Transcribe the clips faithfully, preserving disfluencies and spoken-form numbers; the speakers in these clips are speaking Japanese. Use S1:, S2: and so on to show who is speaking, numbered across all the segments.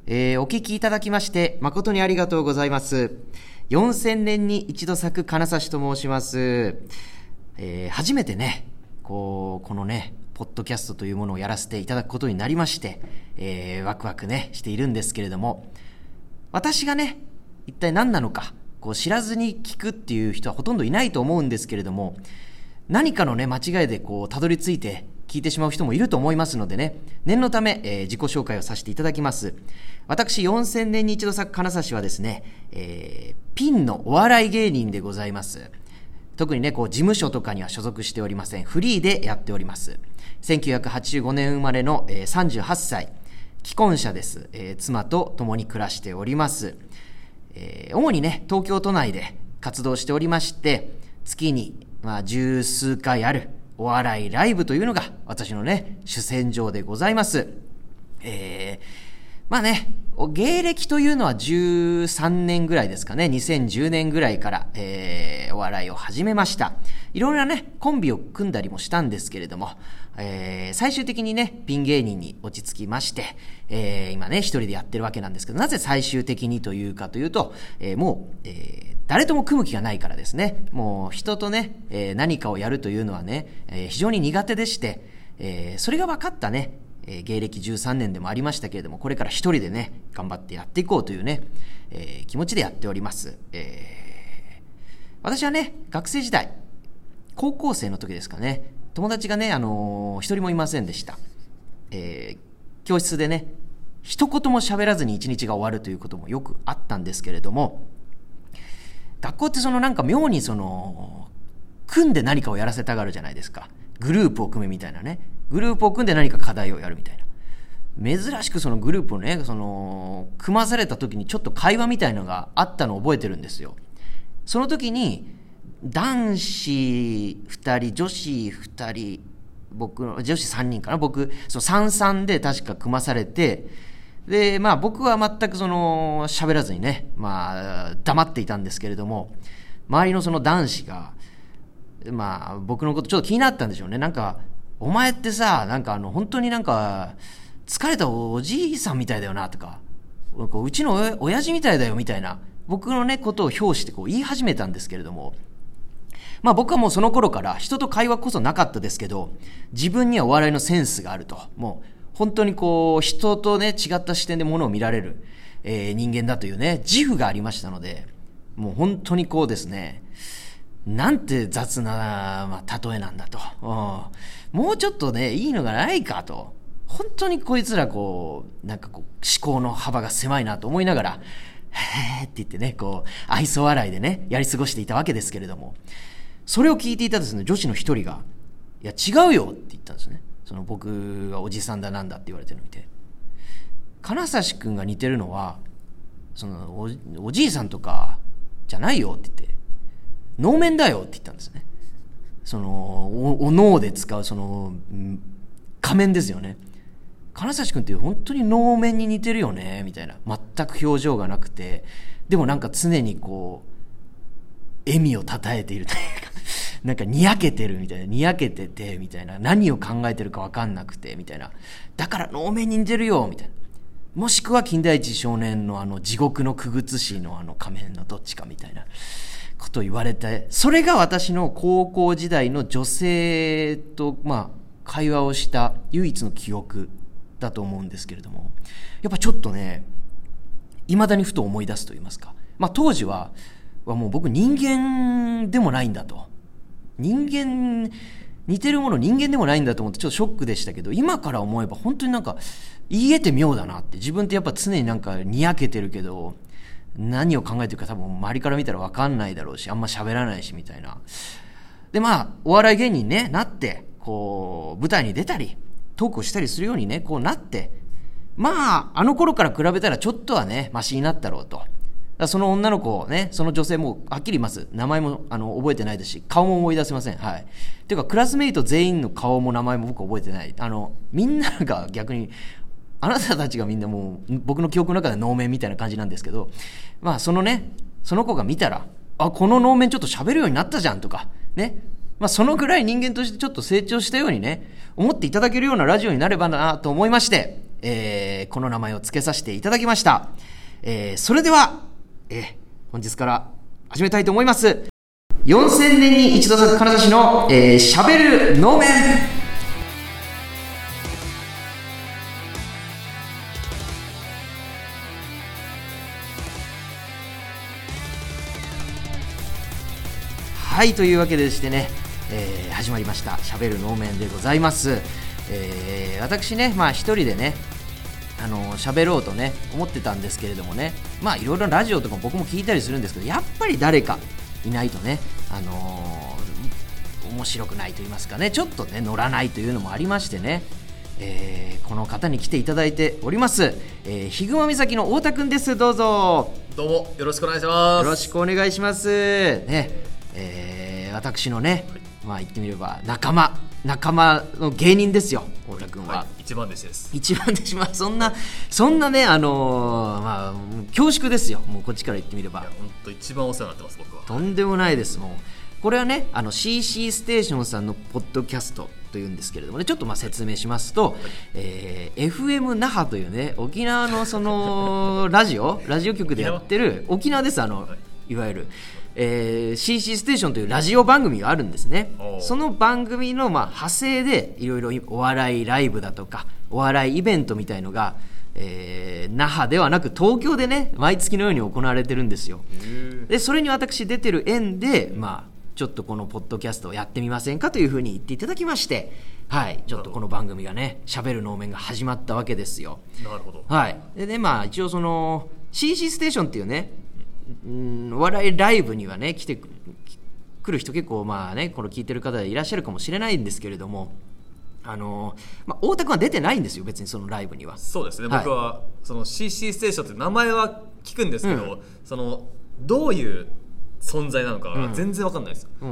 S1: えー、お聞きいただきまして誠にありがとうございます。よんせんねんに一度咲く金指と申します。えー、初めてね、こう、このね、ポッドキャストというものをやらせていただくことになりまして、えー、ワクワクね、しているんですけれども、私がね、一体何なのか、こう知らずに聞くっていう人はほとんどいないと思うんですけれども、何かのね、間違いでこう、たどり着いて聞いてしまう人もいると思いますのでね、念のため、えー、自己紹介をさせていただきます。私、よんせんねんに一度咲く金指はですね、えー、ピンのお笑い芸人でございます。特にね、こう、事務所とかには所属しておりません。フリーでやっております。せんきゅうひゃくはちじゅうごねん生まれの、えー、さんじゅうはっさい、既婚者です。えー、妻と共に暮らしております。えー、主にね、東京都内で活動しておりまして、月に、まあ、十数回あるお笑いライブというのが私のね、主戦場でございます。えー、まあね、芸歴というのはじゅうさんねんぐらいですかね、にせんじゅうねんぐらいから、えー、お笑いを始めました。いろいろなね、コンビを組んだりもしたんですけれども、えー、最終的にね、ピン芸人に落ち着きまして、えー、今ね、一人でやってるわけなんですけど、なぜ最終的にというかというと、えー、もう、えー、誰とも組む気がないからですね。もう人とね、えー、何かをやるというのはね、えー、非常に苦手でして、えー、それが分かったね、えー、芸歴じゅうさんねんでもありましたけれども、これから一人でね、頑張ってやっていこうというね、えー、気持ちでやっております。えー、私はね、学生時代、高校生の時ですかね、友達がね、あのー、一人もいませんでした。えー、教室でね、一言も喋らずに一日が終わるということもよくあったんですけれども、学校ってそのなんか妙にその、組んで何かをやらせたがるじゃないですか。グループを組むみたいなね。グループを組んで何か課題をやるみたいな。珍しくそのグループをね、その、組まされた時にちょっと会話みたいなのがあったのを覚えてるんですよ。その時に、男子二人、女子二人、僕の、女子三人かな、僕、その三三で確か組まされて、で、まあ僕は全くその、喋らずにね、まあ、黙っていたんですけれども、周りのその男子が、まあ僕のことちょっと気になったんでしょうね。なんか、お前ってさ、なんかあの、本当になんか、疲れたおじいさんみたいだよな、とか、うちのお親父みたいだよ、みたいな、僕のね、ことを表してこう言い始めたんですけれども、まあ僕はもうその頃から人と会話こそなかったですけど、自分にはお笑いのセンスがあると。もう本当にこう人とね違った視点でものを見られる、えー、人間だというね自負がありましたので、もう本当にこうですね、なんて雑な、まあ、例えなんだと、うん、もうちょっとねいいのがないかと、本当にこいつらこうなんかこう思考の幅が狭いなと思いながら、へーって言ってねこう愛想笑いでねやり過ごしていたわけですけれども、それを聞いていたですね女子の一人が、いや違うよって言ったんですね。その僕がおじさんだなんだって言われてるのを見て、金指くんが似てるのはその お, おじいさんとかじゃないよって言って、能面だよって言ったんですね。その お, お能で使うその仮面ですよね。金指くんって本当に能面に似てるよねみたいな、全く表情がなくて、でもなんか常にこう笑みをたたえているというか、なんかにやけてるみたいな、にやけててみたいな、何を考えてるか分かんなくてみたいな、だから能面に似てるよみたいな、もしくは金田一少年のあの地獄のくぐつしのあの仮面のどっちかみたいなことを言われて、それが私の高校時代の女性とまあ会話をした唯一の記憶だと思うんですけれども、やっぱちょっとね未だにふと思い出すと言いますか、まあ当時ははもう僕人間でもないんだと、人間似てるもの人間でもないんだと思ってちょっとショックでしたけど、今から思えば本当になんか言えて妙だなって、自分ってやっぱ常になんかにやけてるけど何を考えてるか多分周りから見たら分かんないだろうし、あんま喋らないしみたいな。でまあお笑い芸人に、ね、なってこう舞台に出たりトークをしたりするようにねこうなって、まああの頃から比べたらちょっとはねマシになったろうと。その女の子ね、その女性もはっきり言います。名前もあの覚えてないですし、顔も思い出せません。はい。ていうかクラスメイト全員の顔も名前も僕覚えてない。あのみんなが逆に、あなたたちがみんなもう僕の記憶の中で能面みたいな感じなんですけど、まあそのね、その子が見たら、あこの能面ちょっと喋るようになったじゃんとかね、まあそのぐらい人間としてちょっと成長したようにね思っていただけるようなラジオになればなと思いまして、 えー、この名前を付けさせていただきました。えー、それでは、えー、本日から始めたいと思います。よんせんねんに一度咲く金指の、えー、しゃべる能面。はい、というわけでしてね、えー、始まりましたしゃべる能面でございます。えー、私ね、まあ一人でねあの喋ろうとね思ってたんですけれどもね、まあいろいろラジオとかも僕も聞いたりするんですけど、やっぱり誰かいないとね、あのー、面白くないと言いますかね、ちょっとね乗らないというのもありましてね、えー、この方に来ていただいております。えー、ひぐま岬の太田くんです。どうぞ。
S2: どうもよろしくお願いします。
S1: よろしくお願いしますね。えー、私のね、はい、まあ言ってみれば仲間仲間の芸人ですよ、太田君は、はい、
S2: 一番弟子です。
S1: 一番弟子、まあ、そんなそんなね、あのー、まあ恐縮ですよ、もうこっちから言ってみれば。
S2: いや本当一番お世話になってます僕は。
S1: とんでもないです。もうこれはね、あの シーシー ステーションさんのポッドキャストというんですけれどもね、ちょっとまあ説明しますと、はい、えー、エフエム 那覇というね、沖縄のそのラジオラジオ局でやってる沖縄です、あの、はい、いわゆるえー、シーシー ステーションというラジオ番組があるんですね。その番組のまあ派生でいろいろお笑いライブだとかお笑いイベントみたいのが、えー、那覇ではなく東京でね毎月のように行われてるんですよ。でそれに私出てる縁で、まあ、ちょっとこのポッドキャストをやってみませんかというふうに言っていただきまして、はい、ちょっとこの番組がねしゃべる能面が始まったわけですよ。
S2: なるほど。
S1: はい、でね、まあ一応その シーシー ステーションっていうね、うん、お笑いライブにはね来て来る人結構まあねこの聞いてる方でいらっしゃるかもしれないんですけれども、あのまあ、太田君は出てないんですよ別にそのライブには。
S2: そうですね、
S1: はい、
S2: 僕はその シーシー ステーションって名前は聞くんですけど、うん、そのどういう存在なのか全然わかんないですよ、うん、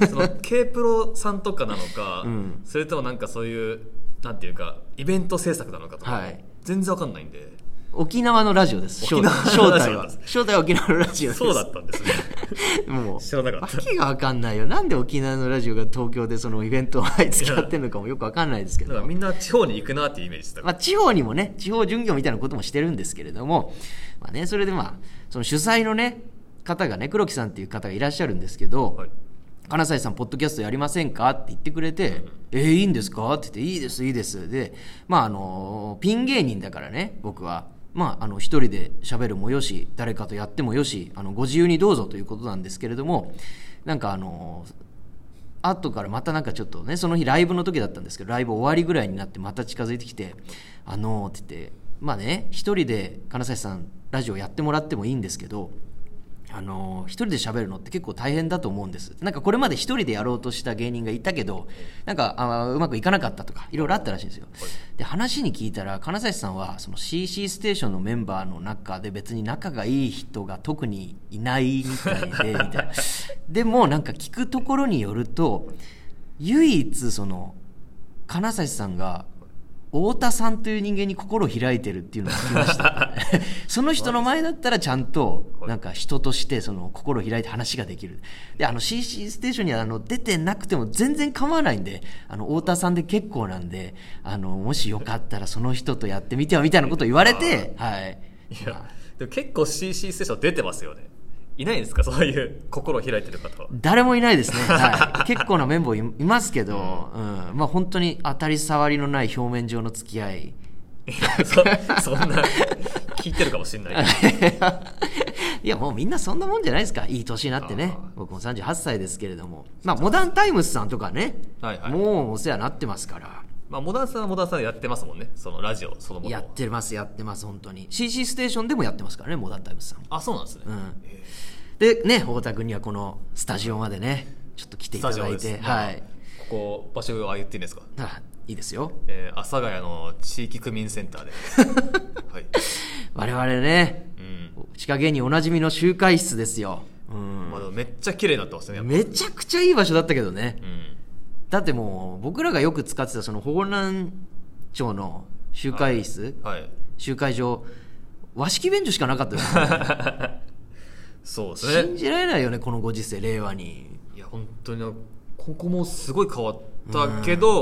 S2: その K プロさんとかなのか、うん、それともなんかそういうなんていうかイベント制作なのかとか、はい、全然わかんないんで。
S1: 沖縄のラジオです。正体は正体は沖縄のラジオです。
S2: そうだったんですね。もう知らなかった。
S1: わけが分かんないよ。なんで沖縄のラジオが東京でそのイベントを毎月やってるのかもよく分かんないですけど。
S2: だからみんな地方に行くなっていうイメージでした。
S1: まあ地方にもね、地方巡業みたいなこともしてるんですけれども、まあね、それでまあその主催のね方がね黒木さんっていう方がいらっしゃるんですけど。はい、金指さんポッドキャストやりませんかって言ってくれて、うん、えー、いいんですかって言って、いいですいいですで、まああのピン芸人だからね僕は。まあ、あの一人で喋るもよし誰かとやってもよし、あのご自由にどうぞということなんですけれども、なんかあの後からまたなんかちょっとねその日ライブの時だったんですけどライブ終わりぐらいになってまた近づいてきて、あのーって言って、まあね一人で金指さんラジオやってもらってもいいんですけど、あのー、一人で喋るのって結構大変だと思うんです。なんかこれまで一人でやろうとした芸人がいたけどなんかあうまくいかなかったとかいろいろあったらしいんですよ。で話に聞いたら金指さんはその シーシー ステーションのメンバーの中で別に仲がいい人が特にいないみたいでみたいなでもなんか聞くところによると唯一その金指さんが太田さんという人間に心を開いてるっていうのを聞きましたその人の前だったらちゃんとなんか人としてその心を開いて話ができる。であの シーシー ステーションにはあの出てなくても全然構わないんで、あの太田さんで結構なんで、あのもしよかったらその人とやってみてはみたいなことを言われて、はい、
S2: いやでも結構 シーシー ステーション出てますよね。いないですかそういう心を開いてる方は。
S1: 誰もいないですね、はい、結構なメンバー い, いますけど、うんうん、まあ本当に当たり障りのない表面上の付き合い。
S2: いや そ, そんな聞いてるかもしれない
S1: いやもうみんなそんなもんじゃないですか。いい年になってね、僕もさんじゅうはっさいですけれども、まあモダンタイムスさんとかね、はいはい、もうお世話になってますから。
S2: まあ、モダンさんはモダンさんでやってますもんね、そのラジオそのもの
S1: やってますやってます本当に シーシー ステーションでもやってますからねモダンタイムスさん。
S2: あそうなんですね、うん、
S1: でね太田君にはこのスタジオまでねちょっと来ていただいて、はい、
S2: ここ場所は言っていいんですか。
S1: あいいですよ、
S2: えー、阿佐ヶ谷の地域区民センターで、
S1: はい、我々ね、うん、地下芸人おなじみの集会室ですよ、
S2: うんまあ、めっちゃ綺麗になってますね。
S1: めちゃくちゃいい場所だったけどね、うん、だってもう僕らがよく使ってたその方南町の集会室、はいはい、集会場和式便所しかなかったですね
S2: そうですね。
S1: 信じられないよねこのご時世令和に。
S2: いや本当にここもすごい変わったけど、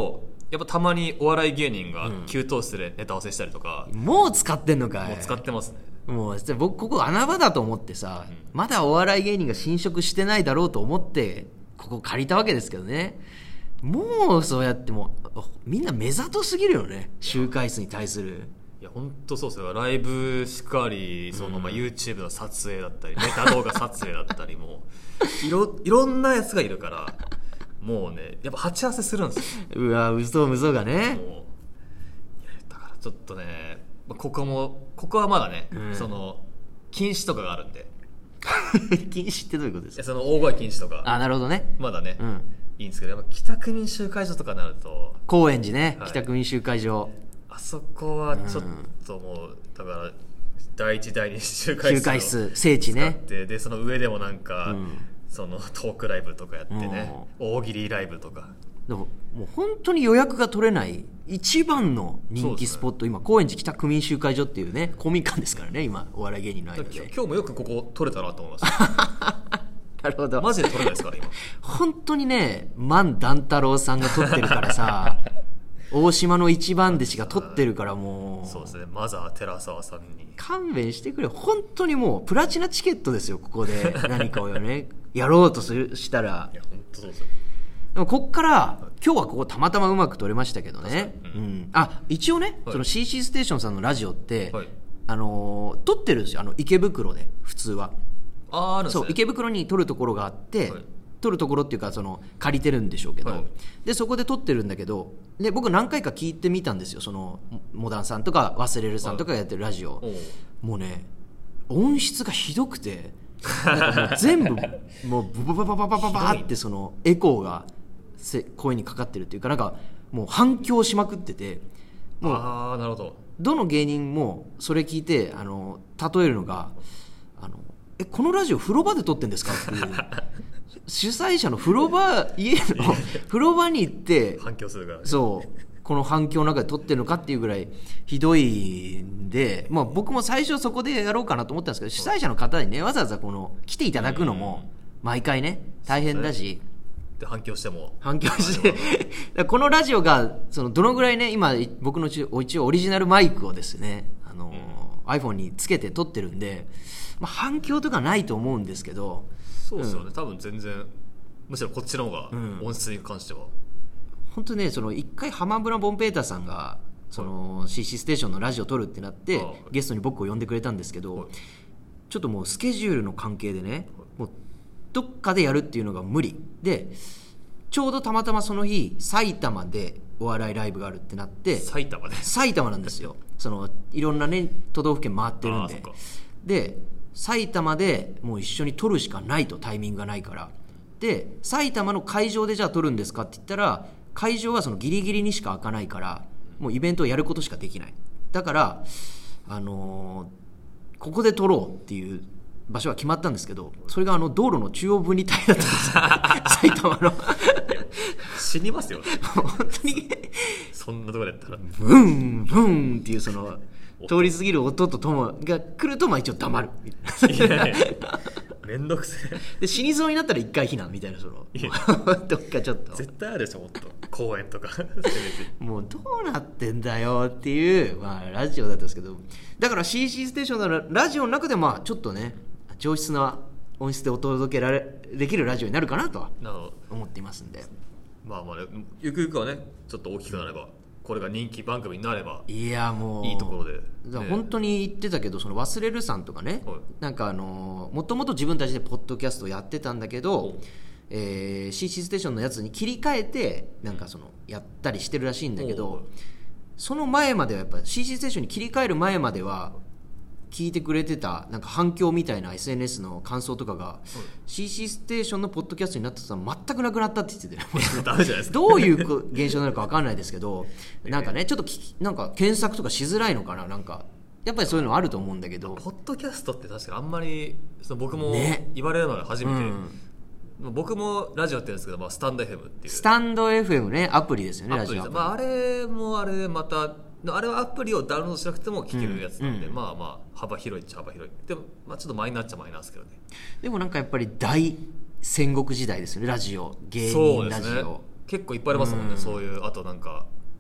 S2: やっぱたまにお笑い芸人が給湯室でネタ合わせしたりとか、
S1: うん、もう使ってんのかい。
S2: もう使ってますね。
S1: もう僕ここ穴場だと思ってさ、うん、まだお笑い芸人が侵食してないだろうと思ってここ借りたわけですけどね。もうそうやってもうみんな目ざとすぎるよね、周回数に対する。
S2: いや本当そうですよ。ライブしかり、その、まあ、YouTube の撮影だったり、ネタ動画撮影だったりもいろいろんなやつがいるから、もうねやっぱ鉢合わせするんですよ。
S1: うわ嘘無双がね。もういや
S2: だからちょっとね、ここもここはまだね、うん、その禁止とかがあるんで
S1: 禁止ってどういうことですか。
S2: その大声禁止とか。
S1: あ、なるほどね。
S2: まだね、うん、いいんですけど、やっぱ北区民集会所とかになると、
S1: 高円寺ね、はい、北区民集会所、
S2: あそこはちょっともう、だからだいいちだいに集会室を
S1: 集会室聖地ね。
S2: でその上でもなんか、うん、そのトークライブとかやってね、大喜利ライブとか。
S1: でももう本当に予約が取れない一番の人気スポット、ね、今高円寺北区民集会所っていうね公民館ですからね、今お笑い芸人の間で。
S2: 今日もよくここ取れたなと思いました
S1: なるほど。
S2: マジで取れないですから今
S1: 本当にね、万段太郎さんが取ってるからさ大島の一番弟子が取ってるから、もう
S2: そうですね、マザー寺澤さんに
S1: 勘弁してくれ。本当にもうプラチナチケットですよ、ここで何かをねやろうとするしたら。
S2: いや本当そうですよ。
S1: でもこっから今日はここたまたまうまく撮れましたけどね、うんうん、あ一応ね、はい、その シーシー ステーションさんのラジオって、はい、あの撮ってるんですよ、あの池袋で普通は。
S2: ああるんですね。
S1: そう池袋に撮るところがあって、はい、撮るところっていうかその借りてるんでしょうけど、はい、でそこで撮ってるんだけど、で僕何回か聞いてみたんですよ、そのモダンさんとか忘れるさんとかがやってるラジオ、はい、もうね音質がひどくてなんかもう全部もうブバババババババってそのエコーが声にかかってるっていうか、なんかもう反響しまくってて、もう
S2: あーなるほど、
S1: どの芸人もそれ聞いてあの例えるのが、あのえこのラジオ風呂場で撮ってんですかっていう主催者の風呂場家の風呂場に行って
S2: 反響するから、ね、
S1: そうこの反響の中で撮ってるのかっていうぐらいひどいんで、まあ、僕も最初そこでやろうかなと思ったんですけど、主催者の方にねわざわざこの来ていただくのも毎回ね大変だし、
S2: で反響しても
S1: 反響してこのラジオがそのどのぐらいね、今僕の一応オリジナルマイクをですね、あの、うん、iPhone につけて撮ってるんで、まあ、反響とかないと思うんですけど、
S2: そうですよね、うん、多分全然むしろこっちの方が音質に関しては、うん、
S1: 本当ね、その一回浜村ボンペーターさんがその シーシー ステーションのラジオを撮るってなってゲストに僕を呼んでくれたんですけど、ちょっともうスケジュールの関係でね、もうどっかでやるっていうのが無理で、ちょうどたまたまその日埼玉でお笑いライブがあるってなって、
S2: 埼玉で
S1: 埼玉なんですよ、そのいろんなね都道府県回ってるんで、で埼玉でもう一緒に撮るしかないと、タイミングがないから。で埼玉の会場でじゃあ撮るんですかって言ったら、会場はそのギリギリにしか開かないから、もうイベントをやることしかできない。だからあのー、ここで撮ろうっていう場所は決まったんですけど、それがあの道路の中央分離帯だったんですよ埼玉の
S2: 死にますよ
S1: 本当に
S2: そんなところだったら
S1: ブンブンっていうその通り過ぎる音とともが来ると、まあ一応黙る
S2: いやいやめんどくせえ
S1: で死にそうになったら一回避難みたいな、そのどっかちょっと
S2: 絶対あるでしょ、もっと公園とか
S1: もうどうなってんだよっていう、まあ、ラジオだったんですけど、だから シーシー ステーションのラジオの中でまあちょっとね上質な音質でお届けられできるラジオになるかなとは思っていますんで、
S2: まあまあ、ね、ゆくゆくはねちょっと大きくなれば、これが人気番組になれば、
S1: いやもう
S2: いいところで、
S1: ね、本当に言ってたけど、その忘れるさんとかね、はい、なんかあのもともと自分たちでポッドキャストをやってたんだけど、えー、シーシー ステーションのやつに切り替えてなんかそのやったりしてるらしいんだけど、その前まではやっぱ シーシー ステーションに切り替える前までは聞いてくれてたなんか反響みたいな エスエヌエス の感想とかが、うん、シーシー ステーションのポッドキャストになったら全くなくなったって言ってて
S2: ダメじゃないですか
S1: どういう現象なのか分かんないですけどなんかねちょっとなんか検索とかしづらいのかな、なんかやっぱりそういうのあると思うんだけど、
S2: ポッドキャストって確かあんまりその僕も言われるのが初めて、ねうん、僕もラジオやってるんですけど、まあ、スタンド エフエム っていう
S1: スタンド エフエム ね、アプリですよね、ラジオアプリ、
S2: まあ、あれもあれでまたあれはアプリをダウンロードしなくても聴けるやつなんで、うんうん、まあまあ幅広いっちゃ幅広いでも、まあ、ちょっとマイナーっちゃマイナーですけどね。
S1: でもなんかやっぱり大戦国時代ですよね、ラジオ芸人ラジオ、
S2: そうですね、結構いっぱいありますもんね、うん、そういうあとなんか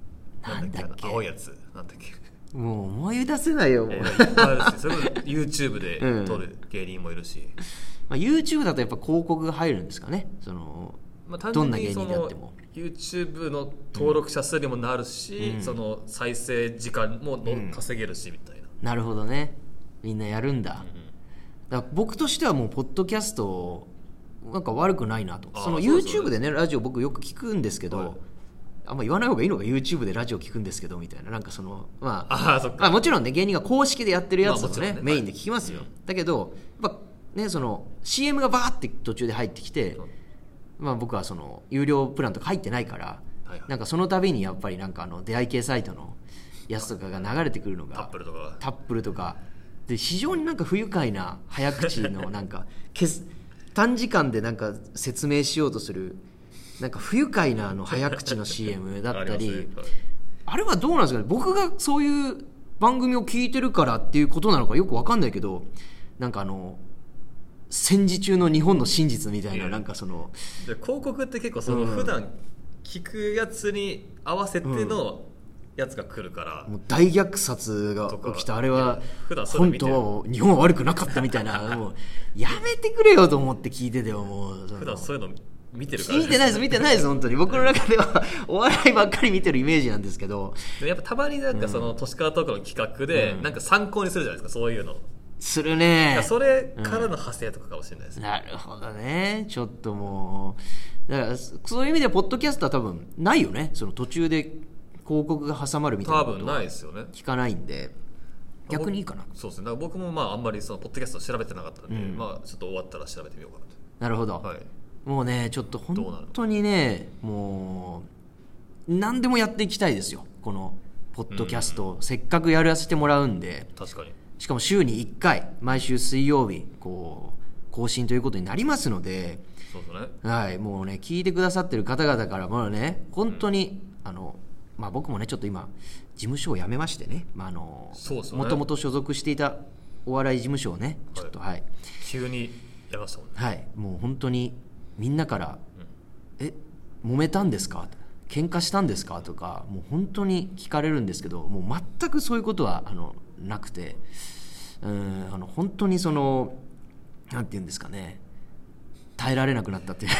S1: なんだっけ、
S2: 青いやつなんだっけ、
S1: もう思い出せないよもう、
S2: えー、いっぱいあるしそれも YouTube で撮る芸人もいるし、うん
S1: まあ、YouTube だとやっぱ広告が入るんですかね、その、まあ、単純にどんな芸人であっても
S2: YouTube の登録者数にもなるし、うん、その再生時間もの稼げるしみたいな、
S1: うん、なるほどね、みんなやるんだ、うん、だから僕としてはもうポッドキャストなんか悪くないなと、その YouTube でねラジオ僕よく聞くんですけど、はい、あんま言わない方がいいのか YouTube でラジオ聞くんですけどみたいな、なんかそのまあ、
S2: あそっか、
S1: まあ、もちろんね芸人が公式でやってるやつを ね,、まあ、ねメインで聞きますよ、
S2: はい、
S1: だけどやっぱねその シーエム がバーって途中で入ってきて、まあ、僕はその有料プランとか入ってないから、はいはい、なんかその度にやっぱりなんかあの出会い系サイトのやつとかが流れてくるのが
S2: タップルとか
S1: タップルとかで非常になんか不愉快な早口のなんか短時間でなんか説明しようとするなんか不愉快なあの早口の シーエム だったり あ,、ねはい、あれはどうなんですかね、僕がそういう番組を聞いてるからっていうことなのかよく分かんないけど、なんかあの戦時中の日本の真実みたいな、なんかその
S2: で広告って結構その普段聞くやつに合わせてのやつが来るから、
S1: うん、もう大虐殺が起きたあれは本当日本は悪くなかったみたいなもうやめてくれよと思って聞いててももう
S2: 普段そういうの見てるから、ね、
S1: 見てないです見てないです本当に僕の中ではお笑いばっかり見てるイメージなんですけど、
S2: でもやっぱたまになんかその都市川トークの企画でなんか参考にするじゃないですか、そういうの
S1: するね、
S2: それからの派生とかかもしれないです、
S1: うん、なるほどね、ちょっともうだからそういう意味ではポッドキャストは多分ないよね、その途中で広告が挟まるみたいなことは聞かないんで、逆にいいかな。
S2: そうですね、だから僕もまああんまりそのポッドキャスト調べてなかったので、うん、まあちょっと終わったら調べてみようかなと。
S1: なるほど、はい、もうねちょっと本当にねもう何でもやっていきたいですよ、このポッドキャスト、うん、せっかくやらせてもらうんで、
S2: 確かに
S1: しかも週にいっかい毎週水曜日こう更新ということになりますので、
S2: そうですね、
S1: はい、もうね聞いてくださってる方々からもね本当に、うん、あのまあ、僕もねちょっと今事務所を辞めましてね、まああのもともと所属していたお笑い事務所をねちょっと、はいはい、
S2: 急に辞めましたもんね、
S1: はい、もう本当にみんなから「うん、え揉めたんですか?」喧嘩したんですかとかもう本当に聞かれるんですけど、もう全くそういうことはあのなくて、うーんあの本当にそのなんていうんですかね、耐えられなくなったっていう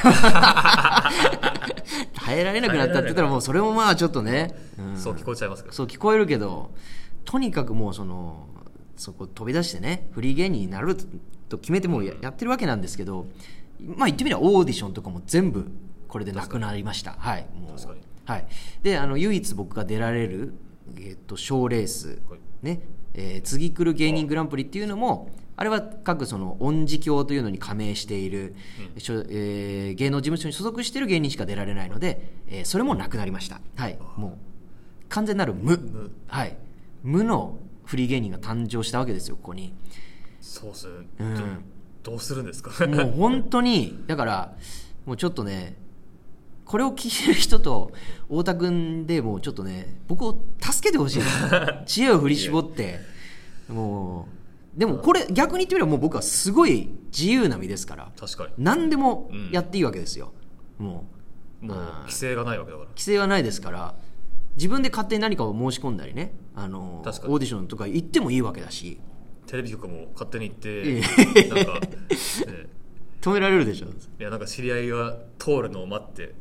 S1: 耐えられなくなったって言ったらもうそれもまあちょっとね、
S2: うん、そう聞こえちゃいますか、
S1: そう聞こえるけど、とにかくもうそのそこ飛び出してねフリー芸人になると決めてもう や,、うん、やってるわけなんですけど、まあ言ってみればオーディションとかも全部これでなくなりました。はい、もう
S2: 確かに、
S1: はい、であの唯一僕が出られるえっと賞レース、はいねえー、次来る芸人グランプリっていうのもあれは各その音字協というのに加盟している、うんえー、芸能事務所に所属している芸人しか出られないので、えー、それもなくなりました。はい、もう完全なる無、無、はい、無のフリー芸人が誕生したわけですよ、ここに。
S2: そうっすね、うん、どうするんですか
S1: もう本当にだからもうちょっとねこれを聞いてる人と太田君でもうちょっとね僕を助けてほしい知恵を振り絞ってもうでもこれ逆に言ってみればもう僕はすごい自由な身ですから、
S2: 確かに
S1: 何でもやっていいわけですよ、うん、も
S2: うもう規制がないわけだから、
S1: 規制はないですから自分で勝手に何かを申し込んだりね、あのオーディションとか行ってもいいわけだし、
S2: テレビ局も勝手に行ってなんか、ね、
S1: 止められるでしょ。い
S2: やなんか知り合いが通るのを待って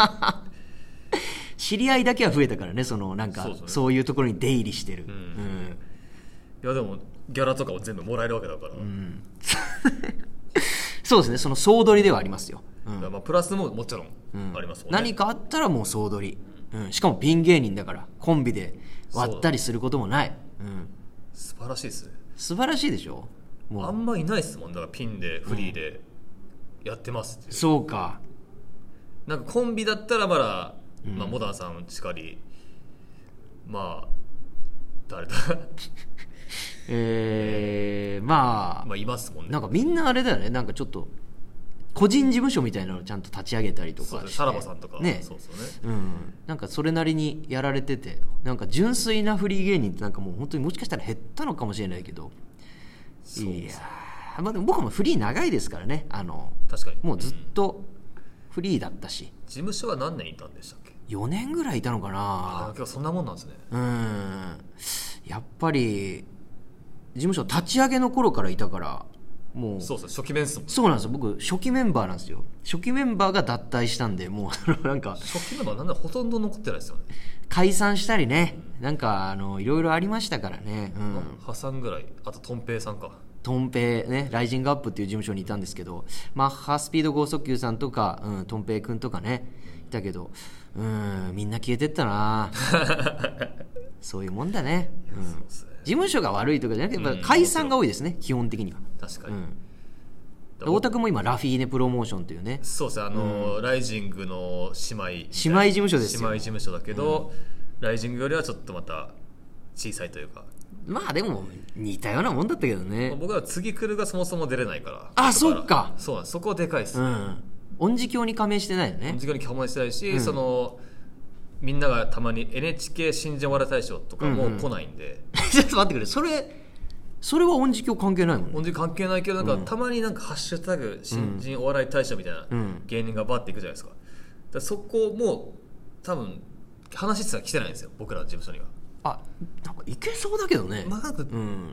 S1: 知り合いだけは増えたからね、そのなんか そう, そう、ね、そういうところに出入りしてる、うんうん、
S2: いやでもギャラとかを全部もらえるわけだから、うん、
S1: そうですね、その総取りではありますよ、
S2: うん、まあプラスももちろんありますもんね、
S1: うん、何かあったらもう総取り、うん、しかもピン芸人だからコンビで割ったりすることもない、うん、
S2: 素晴らしいですね。
S1: 素晴らしいでしょ。もう
S2: あんまいないですもん、だからピンでフリーでやってますっていう、
S1: うん、そうか、
S2: なんかコンビだったらまだ、うんまあ、モダンさんしかりまあ誰だ
S1: えー、まあ
S2: まあいますもんね。
S1: なんかみんなあれだよね、なんかちょっと個人事務所みたいなのをちゃんと立ち上げたりとかして、
S2: さらばさんとか
S1: ね、
S2: そうそうね、
S1: うん、なんかそれなりにやられてて、なんか純粋なフリー芸人ってなんかもう本当にもしかしたら減ったのかもしれないけど、いやまあでも僕もフリー長いですからね、あの
S2: 確かに
S1: もうずっとフリーだったし、
S2: うん、事務所は何年いたんでしたっけ。
S1: よねんぐらいいたのかな。
S2: あ今日そんなもんなんですね。
S1: うんやっぱり事務所立ち上げの頃からいたから、もう
S2: そうそう初期メンバー、
S1: そうなんですよ。僕初期メンバーなんですよ。初期メンバーが脱退したんで、もうなんか
S2: 初期メンバーなんだほとんど残ってないですよね。
S1: 解散したりね、なんかあのいろいろありましたからね、うん、
S2: 破産ぐらい。あとトンペイさんか、
S1: トンペイね、ライジングアップっていう事務所にいたんですけど、マッハスピード剛速球さんとか、うん、トンペイ君とかねいたけど、うん、みんな消えてったなそういうもんだね、うん、そうですね。事務所が悪いとかじゃなくて、やっぱ解散が多いですね、うん、基本的には。
S2: 確かに、
S1: うん太田君も今ラフィーネプロモーションというね、
S2: そうですね、あの、うん、ライジングの姉妹
S1: 姉妹事務所ですよ。
S2: 姉妹事務所だけど、うん、ライジングよりはちょっとまた小さいというか、
S1: まあでも似たようなもんだったけどね。
S2: 僕は次来るがそもそも出れないから。
S1: あ、そっか。
S2: そうなんです。そこはでかいです、
S1: うん、音痴教に加盟してないよね。
S2: 音痴教に加盟してないし、うん、そのみんながたまに エヌエイチケー 新人お笑い大賞とかも来ないんで、
S1: うんうん、ちょっと待ってくれ、それそれは音痴教関係ないもんね。
S2: 音痴関係ないけど、なんか、うん、たまになんかハッシュタグ新人お笑い大賞みたいな芸人がバッていくじゃないですか。だからそこも多分話してたら来てないんですよ、僕らの事務所には。
S1: あ、なんかいけそうだけどね。
S2: まあなんか、うん、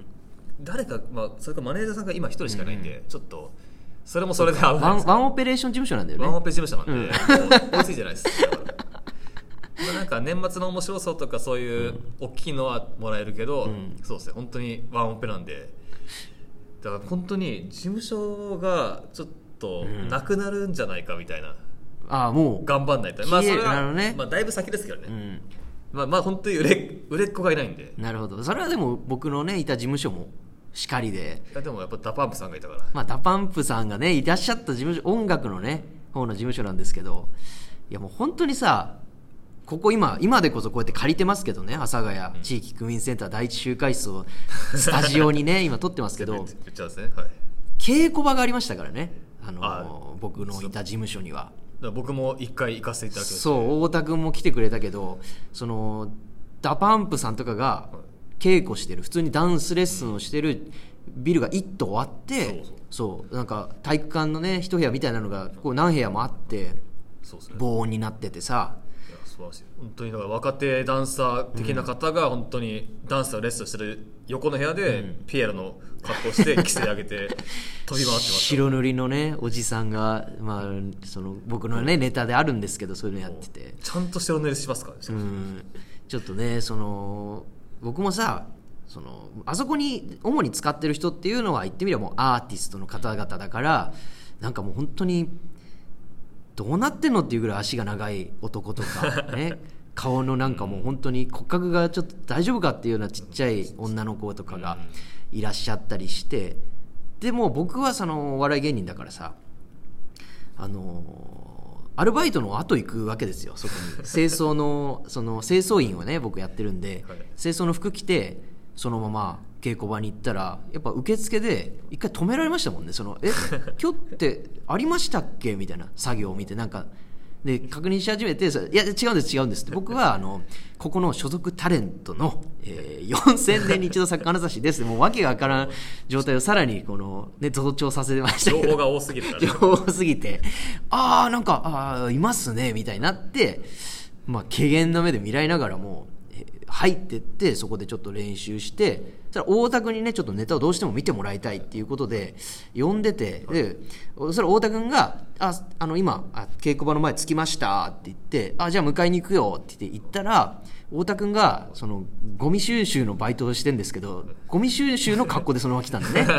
S2: 誰か、まあ、それかマネージャーさんが今一人しかいないんで、うん、ちょっとそれもそれで危ないです。ワン、
S1: ワンオペレーション事務所なんだよね。
S2: ワンオペ事務所なんで、うん、もう追いついてないですまあなんか年末の面白そうとかそういう大きいのはもらえるけど、うん、そうですね、本当にワンオペなんで、だから本当に事務所がちょっとなくなるんじゃないかみたいな、うん、
S1: ああもう
S2: 頑張んないと、まあそれは、
S1: ね、
S2: まあ、だいぶ先ですけどね、うん、まあまあ本当に売れ、売れっ子がいないんで。
S1: なるほど、それはでも僕のねいた事務所もしかりで、
S2: いやでもやっぱダパンプさんがいたから、
S1: まあダパンプさんがねいらっしゃった事務所、音楽のね方の事務所なんですけど、いやもう本当にさ、ここ今今でこそこうやって借りてますけどね、阿佐ヶ谷地域区民センター第一集会室をスタジオにね今撮ってますけど
S2: 言っちゃうんですね、はい、
S1: 稽古場がありましたからね、あのあ僕のいた事務所には。
S2: だ僕も一回行かせていただきました。
S1: そう太田君も来てくれたけど、そのダパンプさんとかが稽古してる、普通にダンスレッスンをしてるビルが一棟終わって、うん、そうそうそうなんか体育館のね一部屋みたいなのがこう何部屋もあって、そうですね、防音になっててさ、
S2: 素晴らしい。本当にだから若手ダンサー的な方が本当にダンスをレッスンしてる横の部屋でピエロの格好して規制上げて飛び回ってます。
S1: 白塗りのねおじさんが、まあ、その僕のねネタであるんですけど、そういうのやってて、
S2: ちゃんと白塗りしますからね。
S1: うんちょっとね、その僕もさ、そのあそこに主に使ってる人っていうのは言ってみればもうアーティストの方々だから、なんかもう本当にどうなってんのっていうぐらい足が長い男とかね顔のなんかもう本当に骨格がちょっと大丈夫かっていうようなちっちゃい女の子とかがいらっしゃったりして、でも僕はそのお笑い芸人だからさ、あのアルバイトの後行くわけですよ、そこに清掃のその清掃員をね僕やってるんで、清掃の服着てそのまま稽古場に行ったら、やっぱ受付で一回止められましたもんね。そのえ今日ってありましたっけみたいな作業を見て、なんかで確認し始めて、いや違うんです違うんですって、僕はあのここの所属タレントの、えー、よんせんねんに一度咲く金指です、もう訳が分からん状態をさらにこの、ね、増長させてましたけど、
S2: 情報が多すぎるから、ね、
S1: 情報多すぎて、ああなんかあいますねみたいになって、まあ怪訝な目で見られながらも入ってって、そこでちょっと練習して、そしたら太田君にねちょっとネタをどうしても見てもらいたいっていうことで呼んでて、でそしたら太田君がああの今あ稽古場の前着きましたって言って、あじゃあ迎えに行くよって言って行ったら、太田君がそのゴミ収集のバイトをしてるんですけど、ゴミ収集の格好でそのまま来たんだね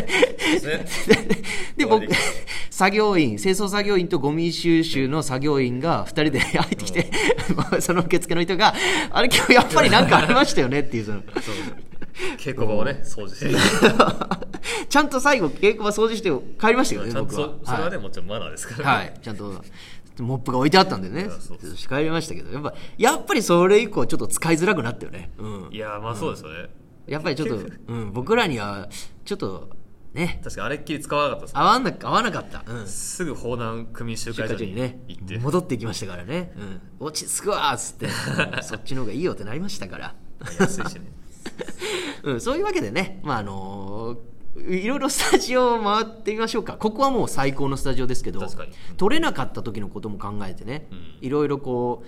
S1: で僕作業員清掃作業員とゴミ収集の作業員がふたりで入ってきて、うん、その受付の人があれ今日やっぱりなんかありましたよねっていう、その
S2: 稽古場をね掃除して
S1: ちゃんと最後稽古場掃除して帰りましたよね、僕は。
S2: それはね、はい、もちろんマナーですから、ね、
S1: はい、ちゃんとモップが置いてあったんでね、帰りましたけど、やっぱやっぱりそれ以降ちょっと使いづらくなったよね、うん、
S2: いやまあそうですよね、
S1: うん、やっぱりちょっと、うん、僕らにはちょっとね、
S2: 確かにあれっきり使わなかったです、ね、
S1: 合わな合わなかった、うん、
S2: すぐ方南区民集会所に行って、
S1: ね、戻っていきましたからね、うん、落ち着くわーっつってそっちの方がいいよってなりましたから
S2: 安いしね
S1: うん、そういうわけでね、まああのー、いろいろスタジオを回ってみましょうか。ここはもう最高のスタジオですけど、撮れなかった時のことも考えてね、いろいろこう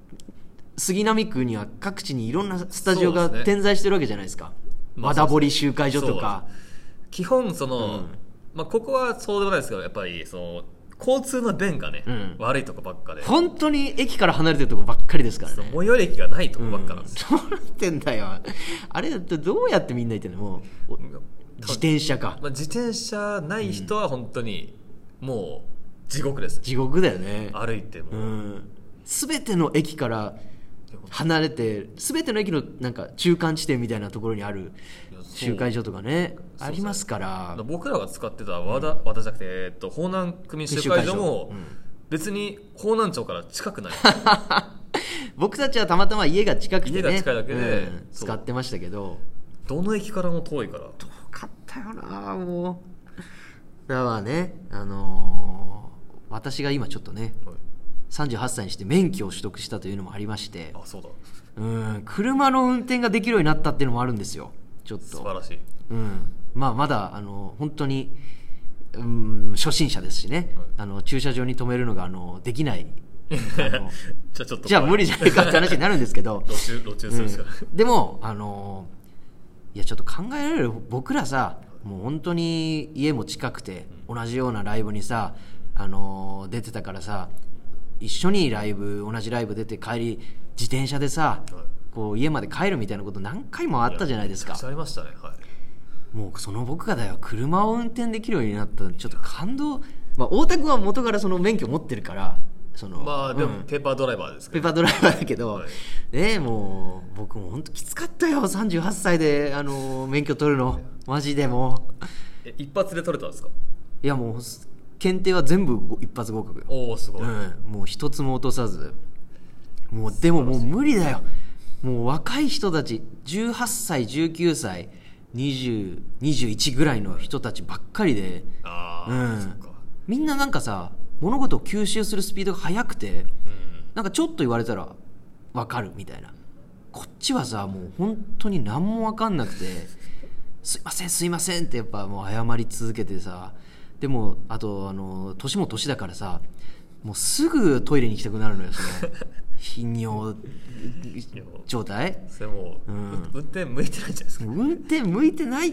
S1: 杉並区には各地にいろんなスタジオが点在してるわけじゃないですか。
S2: まあ
S1: 和田堀集会所とか、
S2: 基本その、
S1: うん
S2: まあ、ここはそうでもないですけど、やっぱりその交通の便がね、
S1: うん、
S2: 悪いとこばっかで、
S1: 本当に駅から離れてるとこばっかりですからね。
S2: 最寄り駅がないとこばっかなんですよ、
S1: うん、そうなってんだよ。あれだってどうやってみんな行ってんの？もう自転車か、
S2: まあ、自転車ない人は本当にもう地獄です、
S1: 地獄だよね。
S2: 歩いても、
S1: うん、全ての駅から離れて、全ての駅のなんか中間地点みたいなところにある集会所とかね、ありますから。
S2: 僕らが使ってた和田、うん、和田じゃなくて、えっと、方南区民集会所も、うん、別に方南町から近くない
S1: 僕たちはたまたま家が近くてね、
S2: 家が近いだけで、うん、
S1: 使ってましたけど、
S2: どの駅からも遠いから遠
S1: かったよな。もうだからね、あのー、私が今ちょっとね、はい、さんじゅうはっさいにして免許を取得したというのもありまして、
S2: あ、そうだ、
S1: うん、車の運転ができるようになったっていうのもあるんですよ。ちょっと
S2: 素晴らしい、
S1: うん、まあ、まだあの本当に、うん、初心者ですしね、はい、あの駐車場に止めるのがあのできないあの
S2: じゃあちょっと
S1: じゃあ無理じゃないかって話になるんですけど
S2: 路中路中するんですか、
S1: うん、でもあのいやちょっと考えられる。僕らさ、もう本当に家も近くて、うん、同じようなライブにさ、あの出てたからさ、一緒にライブ同じライブ出て帰り自転車でさ、はい、こう家まで帰るみたいなこと何回もあったじゃないですか。
S2: ありましたね、はい、
S1: もうその僕がだよ、車を運転できるようになったらちょっと感動。まあ、太田君は元からその免許持ってるから、その
S2: まあでもペーパードライバーですけど、
S1: ペーパードライバーだけど、
S2: はい、
S1: ね、もう僕も本当きつかったよ、さんじゅうはっさいであの免許取るのマジで。も
S2: う一発で取れたんですか？
S1: いやもう検定は全部一発合格よ。
S2: おお、すごい、うん、
S1: もう一つも落とさず。もうでももう無理だよ。もう若い人たちじゅうはっさいじゅうきゅうさいにじゅう、にじゅういちぐらいの人たちばっかりで、
S2: あ、うん、そっか。
S1: みんななんかさ、物事を吸収するスピードが速くて、うん、なんかちょっと言われたら分かるみたいな。こっちはさ、もう本当に何も分かんなくてすいませんすいませんってやっぱもう謝り続けてさ、でもあとあの年も年だからさ、もうすぐトイレに行きたくなるのよ、その頻尿状態。
S2: それもう、うん、運転向いてないじゃないですか。
S1: 運転向いてないって。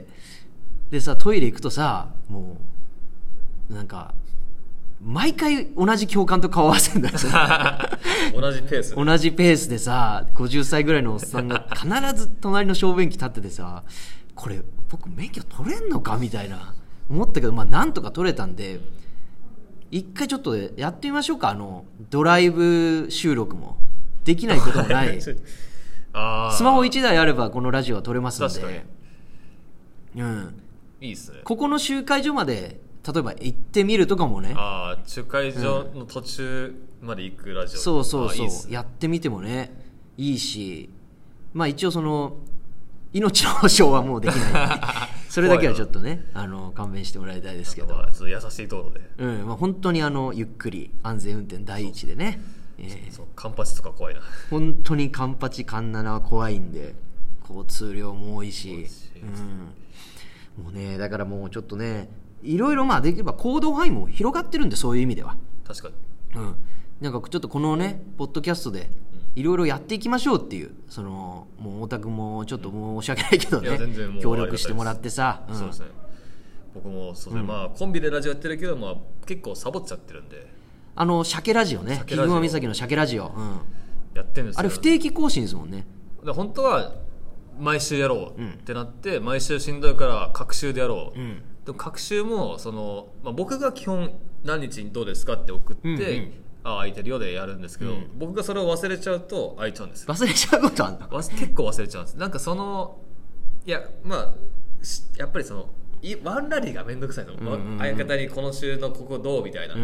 S1: でさ、トイレ行くとさ、もうなんか毎回同じ教官と顔合わせるんだよ
S2: 同じペース
S1: で同じペースでさ、ごじゅっさいぐらいのおっさんが必ず隣の小便器立っててさ、これ僕免許取れんのかみたいな思ったけど、まあなんとか取れたんで、一回ちょっとやってみましょうか。あのドライブ収録もできないこともないあ、スマホいちだいあればこのラジオは撮れますので、うん、
S2: いいっすね。
S1: ここの集会所まで例えば行ってみるとかもね。
S2: あ、集会所の途中まで行くラジオ、
S1: うん、そうそうそう、いいっすね、やってみてもねいいし、まあ一応その命の保証はもうできないそれだけはちょっとね、あの勘弁してもらいたいですけど、
S2: まあ、ちょっと優しい道路で、
S1: うんまあ、本当にあのゆっくり安全運転第一でね。
S2: そう、えー、そうカンパチとか怖いな。
S1: 本当にカンパチカンナナは怖いんで、交通量も多いし、うん、もうね、だからもうちょっとね、いろいろまあできれば行動範囲も広がってるんで、そういう意味では
S2: 確かに、
S1: うん、なんかちょっとこのねポッドキャストでいろいろやっていきましょうっていう、そのもう太田君もちょっと申し訳ないけどね、協力してもらってさ、うん、
S2: そうですね、僕もそうですね、うん、まあコンビでラジオやってるけど、まあ、結構サボっちゃってるんで、
S1: あの鮭ラジオね、木熊岬の鮭ラジオ、うん、
S2: やってるんですよ。
S1: あれ不定期更新ですもんね。
S2: で本当は毎週やろうってなって、うん、毎週しんどいから隔週でやろう、うん、でも隔週もその、まあ、僕が基本何日にどうですかって送って、うんうん、ああ空いてるようでやるんですけど、うん、僕がそれを忘れちゃうと空いちゃうんですよ。
S1: 忘れちゃうことあんの？
S2: 結構忘れちゃうんです。なんかそのいやまあやっぱりそのワンラリーがめんどくさいの、うんうんうん、相方にこの週のここどうみたいな、うん、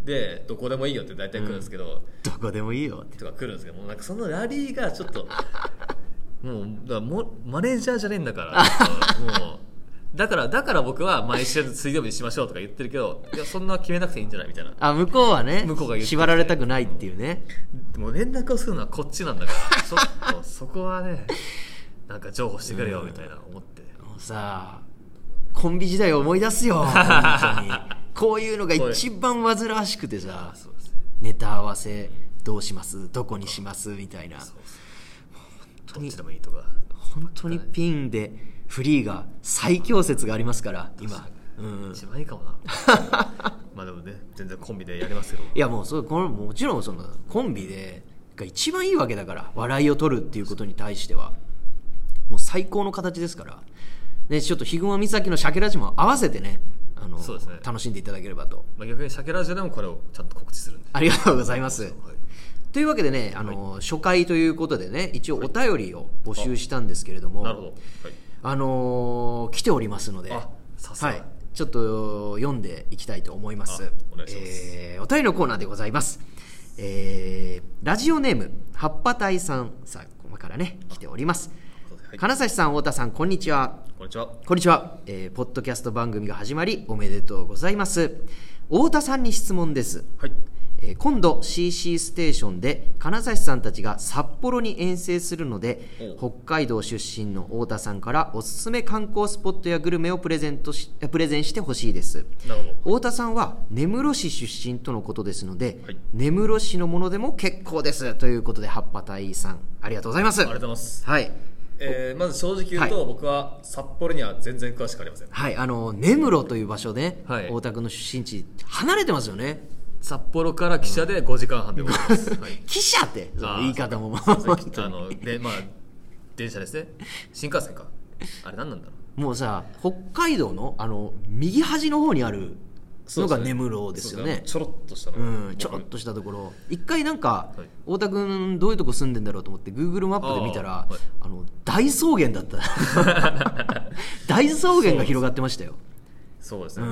S2: でどこでもいいよって大体来るんですけど、うん、
S1: どこでもいいよ
S2: とか来るんですけど、もうなんかそのラリーがちょっともうだからもマネージャーじゃねえんだからもうだからだから僕は毎週水曜日にしましょうとか言ってるけど、いやそんな決めなくていいんじゃないみたいな。
S1: あ、向こうはね、
S2: 向こうが言って
S1: 縛られたくないっていうね。
S2: でも連絡をするのはこっちなんだからちょっとそこはねなんか譲歩してくれよみたいな思って、
S1: うん、もうさコンビ時代を思い出すよ本当にこういうのが一番煩わしくてさ、そうですね、ネタ合わせどうしますどこにしますみたいな、
S2: そうそうどっちでもいいとか、
S1: 本当にピンでフリーが最強説がありますから今、うん、
S2: 一番いいかもなまあでもね全然コンビでやりますけど、
S1: いやもうそれこのもちろんそのコンビでが一番いいわけだから、笑いを取るっていうことに対してはもう最高の形ですから、でちょっとヒグマ岬のシャケラジも合わせてね、あの
S2: そうですね、
S1: 楽しんでいただければと、
S2: まあ、逆にシャケラジオでもこれをちゃんと告知するんで、
S1: ありがとうございます、はい、というわけでね、あの、はい、初回ということでね一応お便りを募集したんですけれども、
S2: なるほど、はい、
S1: あのー、来ておりますので、
S2: あさすが、はい、
S1: ちょっと読んでいきたいと思います。
S2: お願いします。
S1: えー、お便りのコーナーでございます。えー、ラジオネーム葉っぱ隊さんさんからね来ております。はい、金指さん、太田さん、こんにちは。
S2: こんにちは。
S1: こんにちは、えー。ポッドキャスト番組が始まりおめでとうございます。太田さんに質問です。
S2: はい。
S1: えー、今度 シーシー ステーションで金指さんたちが札幌に遠征するので、北海道出身の太田さんからおすすめ観光スポットやグルメをプレゼントしプレゼンしてほしいです。
S2: なるほど。
S1: 太田さんは根室市出身とのことですので、
S2: はい、
S1: 根室市のものでも結構ですということで、葉っぱ隊さんありがとうございます。
S2: ありがとうございます。
S1: はい、
S2: えー、まず正直言うと、はい、僕は札幌には全然詳しくありません。
S1: はい、あの根室という場所で、
S2: はい、
S1: 太田君の出身地離れてますよね。
S2: 札幌から汽車でごじかんはんでございます、はい、
S1: 汽車ってその言い方も
S2: あので、まあ、電車ですね、新幹線か、あれ何なんだろ
S1: う。もうさ、北海道のあの右端の方にあるのが根室ですよね。
S2: ちょろっとしたの、
S1: うん、ちょろっとしたところ、一回なんか、はい、太田君どういうとこ住んでんだろうと思って Google マップで見たら、あ、はい、あの大草原だった大草原が広がってましたよ。
S2: そうですね、うん、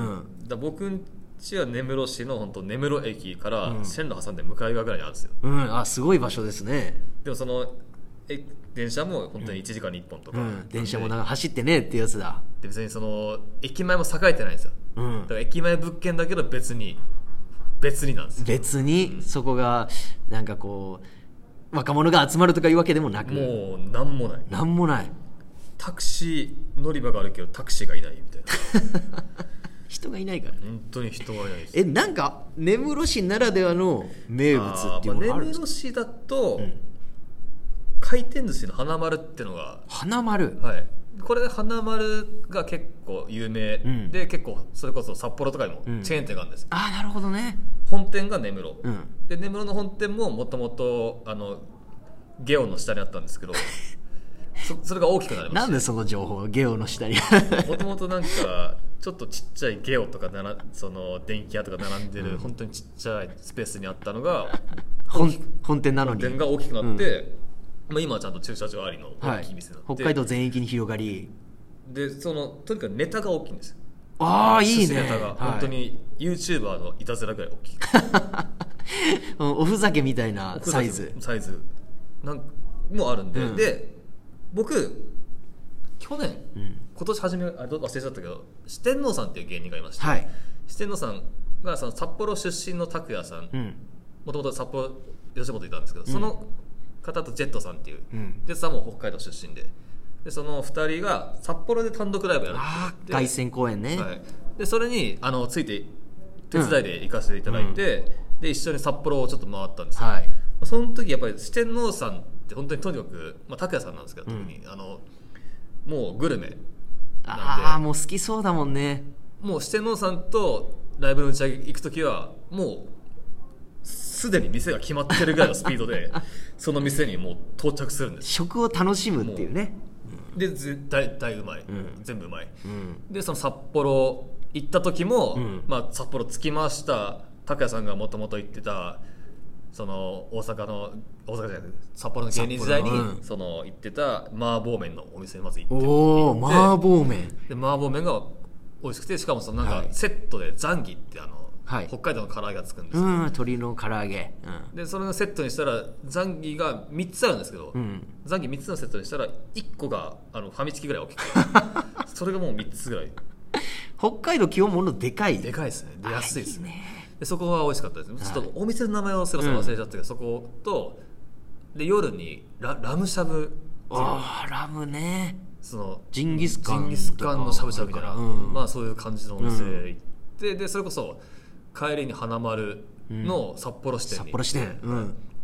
S2: だ僕んちは根室市の本当根室駅から線路挟んで向かい側ぐらいにあるんですよ、
S1: うん、あ、すごい場所ですね。
S2: でもそのえ電車も本当にいちじかんにいっぽんとか、
S1: うんうん、電車もなんか走ってねってやつだ。
S2: で別にその駅前も栄えてないんですよ、うん、だから駅前物件だけど別に別になんですよ。
S1: 別に、うん、そこがなんかこう若者が集まるとかいうわけでもなく、
S2: もうなんもない、
S1: なんもない。
S2: タクシー乗り場があるけどタクシーがいないみたいな
S1: 人がいないからね。
S2: 本当に人がいないです。
S1: え、なんか根室市ならではの名物っていうのがあるんですか。
S2: 根室市だと、うん、回転寿司の花丸ってのが、
S1: 花丸、
S2: はい、これで花丸が結構有名、うん、で結構それこそ札幌とかにもチェーン店があるんです、うん、
S1: ああ、なるほどね。
S2: 本店が根室、
S1: うん、
S2: で根室の本店ももともとあのゲオの下にあったんですけどそ, それが大きくなりました。
S1: なんでその情報ゲオの下に
S2: もともとなんかちょっとちっちゃいゲオとかならその電気屋とか並んでる、うん、本当にちっちゃいスペースにあったのが
S1: 本, 本店なのに
S2: 本店が大きくなって、うん、まあ、今はちゃんと駐車場ありの大きい店になって、
S1: はい、北海道全域に広がりで、
S2: そのとにかくネタが大きいんですよ。
S1: ああ、いいね。
S2: ネタが本当に YouTuber のいたずらぐらい大きい
S1: おふざけみたいなサイズ
S2: サイズなんもあるんで、うん、で僕去年、うん、今年初めあれ忘れちゃったけど四天王さんっていう芸人がいまして、はい、四天王さんがその札幌出身の拓也さん、もともと札幌吉本いたんですけど、うん、その方とジェットさんっていう、うん、ジェットさんも北海道出身で、でそのふたりが札幌で単独ライブやるって
S1: 凱旋公演ね、
S2: はい、でそれにあのついて手伝いで行かせていただいて、うん、で一緒に札幌をちょっと回ったんですよ、はい、その時やっぱり四天王さんって本当にとにかく、まあ、拓也さんなんですけど、特に、うん、あのもうグルメなんで、
S1: ああもう好きそうだもんね。
S2: もう四天王さんとライブの打ち上げ行く時はもうすでに店が決まってるぐらいのスピードでその店にもう到着するんです。
S1: 食を楽しむっていうね。
S2: で絶対大うまい、うん、全部うまい、うん、でその札幌行った時も、うん、まあ、札幌着きました。拓也さんがもともと行ってたその大阪の大阪じゃない札幌の芸人時代に、うん、その行ってた麻婆麺のお店にまず行って
S1: おー麻婆麺
S2: で麻婆麺が美味しくて、しかもそのなんかセットでザンギってあの、はい、北海道の唐揚げがつくんですけど、うん、
S1: 鶏の唐揚げ、
S2: うん、でそれのセットにしたらザンギがみっつあるんですけど、うん、ザンギみっつのセットにしたらいっこがあのファミチキぐらい大きくてそれがもうみっつぐらい
S1: 北海道基本物でかい
S2: でかいですね。で安いですね。でそこは美味しかったですね、はい、ちょっとお店の名前をすら忘れちゃったけど、うん、そことで夜に ラ, ラムしゃぶ、
S1: あラムね、
S2: その
S1: ジンギスカン
S2: ジンギスカンのしゃぶしゃぶみたいな、うん、まあそういう感じのお店行って、うん、でそれこそ帰りに花丸の札幌支店に、
S1: 札幌支店、うん、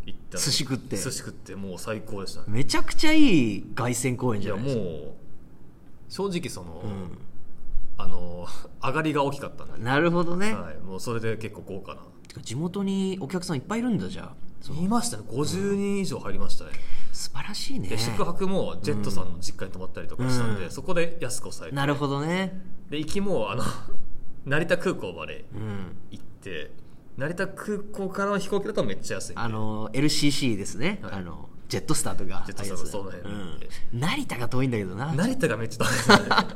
S2: 行った
S1: 寿司食って
S2: 寿司食ってもう最高でしたね。
S1: めちゃくちゃいい凱旋公演じゃないですか。
S2: いやもう正直その、
S1: うん、
S2: あの上がりが大きかったんで。
S1: なるほどね、
S2: はい、もうそれで結構豪華な。
S1: 地元にお客さんいっぱいいるんだ。じゃあ
S2: いましたね。ごじゅうにん以上入りましたね、うん、
S1: 素晴らしいね。
S2: で宿泊もジェットさんの実家に泊まったりとかしたんで、うん、そこで安く抑えて。
S1: なるほどね。
S2: で行きもあの成田空港まで行って、うん、成田空港からの飛行機だとめっちゃ安いんで、
S1: あの エルシーシー ですね、はい、あのジェットスターとか
S2: ジェットスターのその辺、
S1: うん、成田が遠いんだけどな。
S2: 成田がめっちゃ遠いですね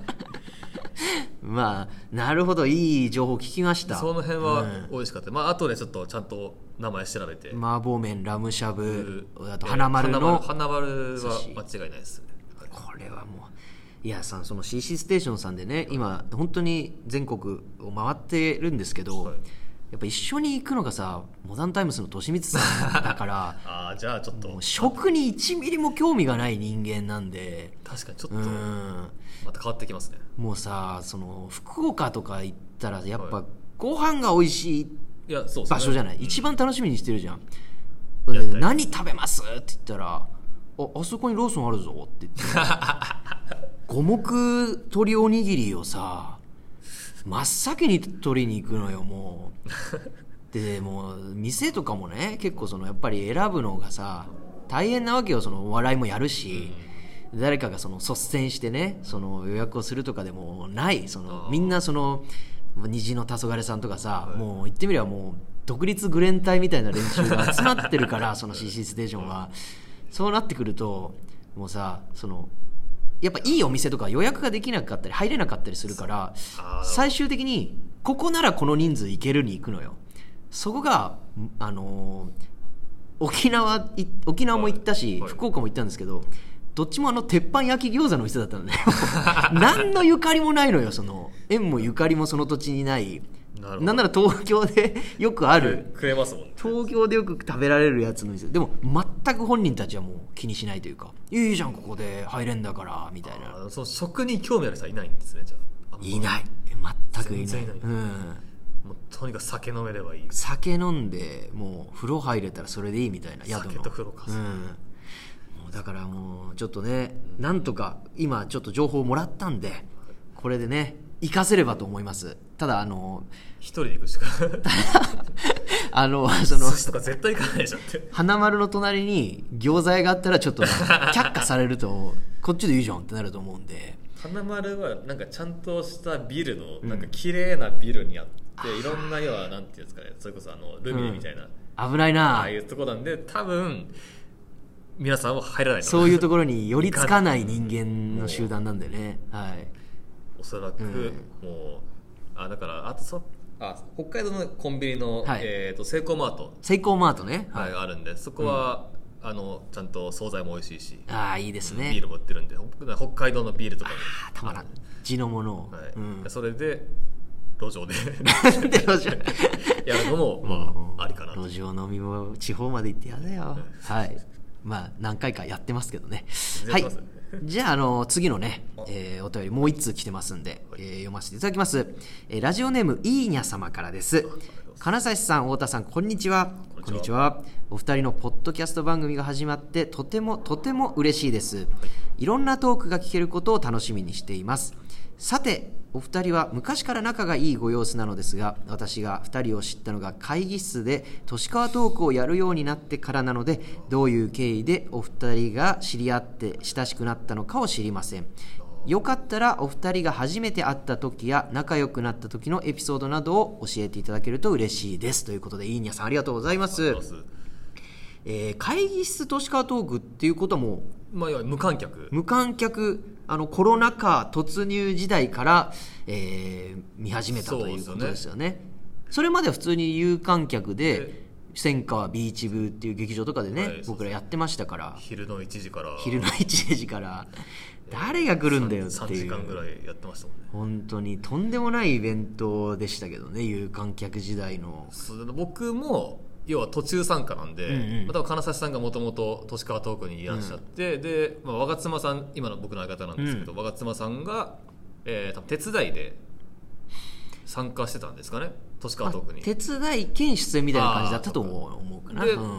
S1: まあなるほど、いい情報聞きました。
S2: その辺は美味しかった、うん、まあ後でちょっとちゃんと名前調べて、
S1: 麻婆麺、ラムしゃぶ、あと花丸の
S2: 花丸は間違いないです、
S1: はい、これはもういやさん、その シーシー ステーションさんでね、今本当に全国を回ってるんですけど、はい、やっぱ一緒に行くのがさ、モダンタイムスの利光さんだから
S2: あ、じゃあちょっと
S1: 食にいちミリも興味がない人間なんで、
S2: 確かにちょっとまた変わってきますね。
S1: もうさ、その福岡とか行ったらやっぱご飯が美味しい場所じゃない、一番楽しみにしてるじゃん。何食べますって言ったら、あ, あそこにローソンあるぞって言って五目鶏おにぎりをさ真っ先に取りに行くのよ。もうでもう店とかもね、結構そのやっぱり選ぶのがさ大変なわけよ。そのお笑いもやるし、誰かがその率先してね、その予約をするとかでもない、そのみんなその虹の黄昏さんとかさ、はい、もう言ってみればもう独立グレン隊みたいな連中が集まってるからその シーシー ステーションはそうなってくると、もうさ、そのやっぱいいお店とか予約ができなかったり入れなかったりするから、最終的にここならこの人数行けるに行くのよ。そこがあのー、沖縄沖縄も行ったし、はいはい、福岡も行ったんですけど、どっちもあの鉄板焼き餃子の店だったのね何のゆかりもないのよ。その縁もゆかりもその土地にない、な, なんなら東京でよくある、
S2: 食えますもんね、
S1: 東京でよく食べられるやつの店でも全く本人たちはもう気にしないというか、いいじゃんここで入れんだからみたいな。
S2: その食に興味ある人はいないんですね。じゃあ
S1: いない全くいない、
S2: いない、うん、もうとにかく酒飲めればいい。
S1: 酒飲んでもう風呂入れたらそれでいいみたいな、宿の
S2: 酒と風呂か、うん、
S1: もうだからもうちょっとね、なんとか今ちょっと情報をもらったんで、これでね活かせればと思います。ただあの
S2: 一人で行くしか
S1: あのその
S2: 寿司とか絶対行かないじゃんって
S1: 花丸の隣に餃子屋があったらちょっと、ね、却下されるとこっちでいいじゃんってなると思うんで、
S2: 花丸はなんかちゃんとしたビルのなんか綺麗なビルにあって、うん、いろんな要はなんていうんですかね、それこそあのルミネみたいな、
S1: うん、危ないな、
S2: ああいうとこなんで多分皆さんは入らないと
S1: そういうところに寄りつかない人間の集団なんでね、はい、
S2: おそらく、うん、もうあだからあとそあ北海道のコンビニの、はい、えー、とセイコーマート
S1: セイコーマートね、
S2: はい、あるんで、そこは、うん、あのちゃんと惣菜も美味しいし、
S1: あいいですね、
S2: ビールも売ってるんで、北海道のビールとかも
S1: あたまらん地のものを、
S2: はい、
S1: うん、
S2: それで路上で
S1: で路上
S2: やるのも、まあ、ありかなと。
S1: 路上飲みも地方まで行ってやだよはいまあ何回かやってますけどねはい、じゃあ、あの次のね、えー、お便りもう一通来てますんで、えー、読ませていただきます、えー、ラジオネームいいにゃ様からです。金指さん、太田さん、こんにちは。こんにちは。お二人のポッドキャスト番組が始まってとてもとても嬉しいです。いろんなトークが聞けることを楽しみにしています。さてお二人は昔から仲がいいご様子なのですが、私が二人を知ったのが会議室で都市川トークをやるようになってからなので、どういう経緯でお二人が知り合って親しくなったのかを知りません。よかったらお二人が初めて会った時や仲良くなった時のエピソードなどを教えていただけると嬉しいです、ということで、いいにゃさんありがとうございます。えー、会議室都市川トークっていうことはもう、
S2: まあ、無観客
S1: 無観客あのコロナ禍突入時代から、えー、見始めたということですよね。それまでは普通に有観客で千川ビーチ部っていう劇場とかでね、はい、僕らやってましたから、
S2: 昼のいちじから
S1: 昼のいちじから誰が来るんだよっていう
S2: さんじかんぐらいやってましたもんね。
S1: 本当にとんでもないイベントでしたけどね、有観客時代の。
S2: 僕も要は途中参加なんで、うんうん、また金指さんがもともと都市川トークにいらっしゃって、うん、で、まあ、我妻さん今の僕の相方なんですけど、うん、我妻さんが、えー、多分手伝いで参加してたんですかね、都市川トークに。
S1: 手伝い兼出演みたいな感じだったと思うかな。で、
S2: うん、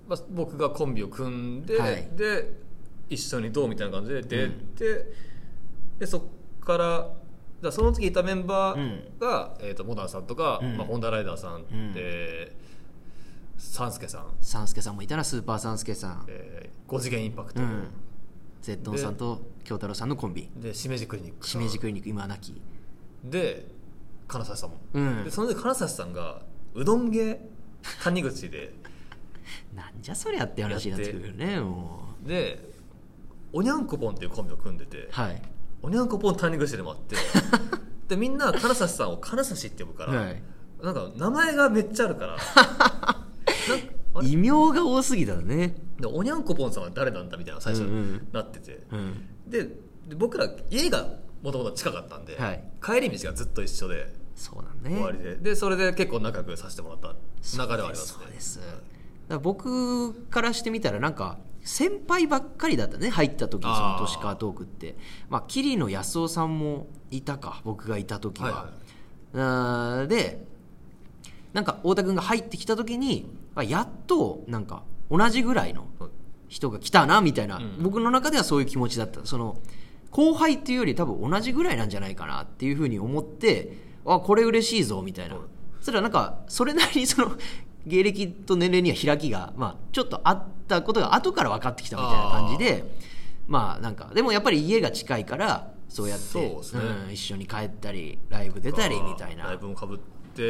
S2: まあ、僕がコンビを組んで、はい、で一緒にどうみたいな感じで出て、うん、でそっからだその時いたメンバーが、うんえー、とモダンさんとか、うんまあ、ホンダライダーさん、うん、でサンスケさん
S1: サンスケさんもいたらスーパーサンスケさん、
S2: えー、ご次元インパクト、うん、
S1: ゼットンさんと京太郎さんのコンビ
S2: でしめじクリニック
S1: しめじクリニック今はなき
S2: で金指さんも、
S1: うん、
S2: でその時金指さんがうどん芸谷口で
S1: なんじゃそりゃって話になってくるよねも
S2: うでおにゃんこぽんっていうコンビを組んでて、
S1: はい、
S2: おにゃんこぽん谷口でもあってでみんな金指さんを金指って呼ぶから、はい、なんか名前がめっちゃあるからなん
S1: 異名が多すぎたね
S2: でおにゃんこぽんさんは誰なんだみたいな最初になってて、うんうん、で, で僕ら家がもともと近かったんで、はい、帰り道がずっと一緒で
S1: そうなんね
S2: 終わりででそれで結構仲良くさせてもらった流れはありますね
S1: そうです、そうです、だから僕からしてみたらなんか先輩ばっかりだったね入った時その都市川トークってまあ桐野安夫さんもいたか僕がいた時は、はいはい、あでなんか太田君が入ってきた時にやっとなんか同じぐらいの人が来たなみたいな、うん、僕の中ではそういう気持ちだったその後輩っていうより多分同じぐらいなんじゃないかなっていうふうに思ってあこれ嬉しいぞみたいな、うん、それはなんかそれなりにその芸歴と年齢には開きが、まあ、ちょっとあったことが後から分かってきたみたいな感じでまあなんかでもやっぱり家が近いからそうやってそうですね、うん、一緒に帰ったりライブ出たりみたいな
S2: ライブもかぶって、